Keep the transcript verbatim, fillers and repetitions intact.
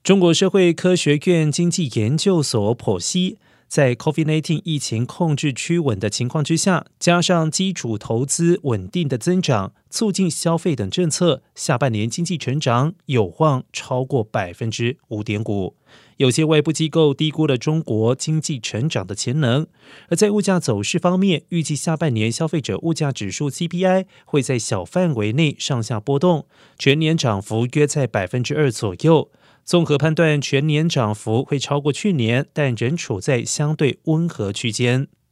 中国社会科学院经济研究所剖析，在 COVID 十九 疫情控制趋稳的情况之下，加上基础投资稳定的增长、促进消费等政策，下半年经济成长有望超过 百分之五点五。有些外部机构低估了中国经济成长的潜能。而在物价走势方面，预计下半年消费者物价指数 C P I 会在小范围内上下波动，全年涨幅约在 百分之二 左右。综合判断，全年涨幅会超过去年，但仍处在相对温和区间。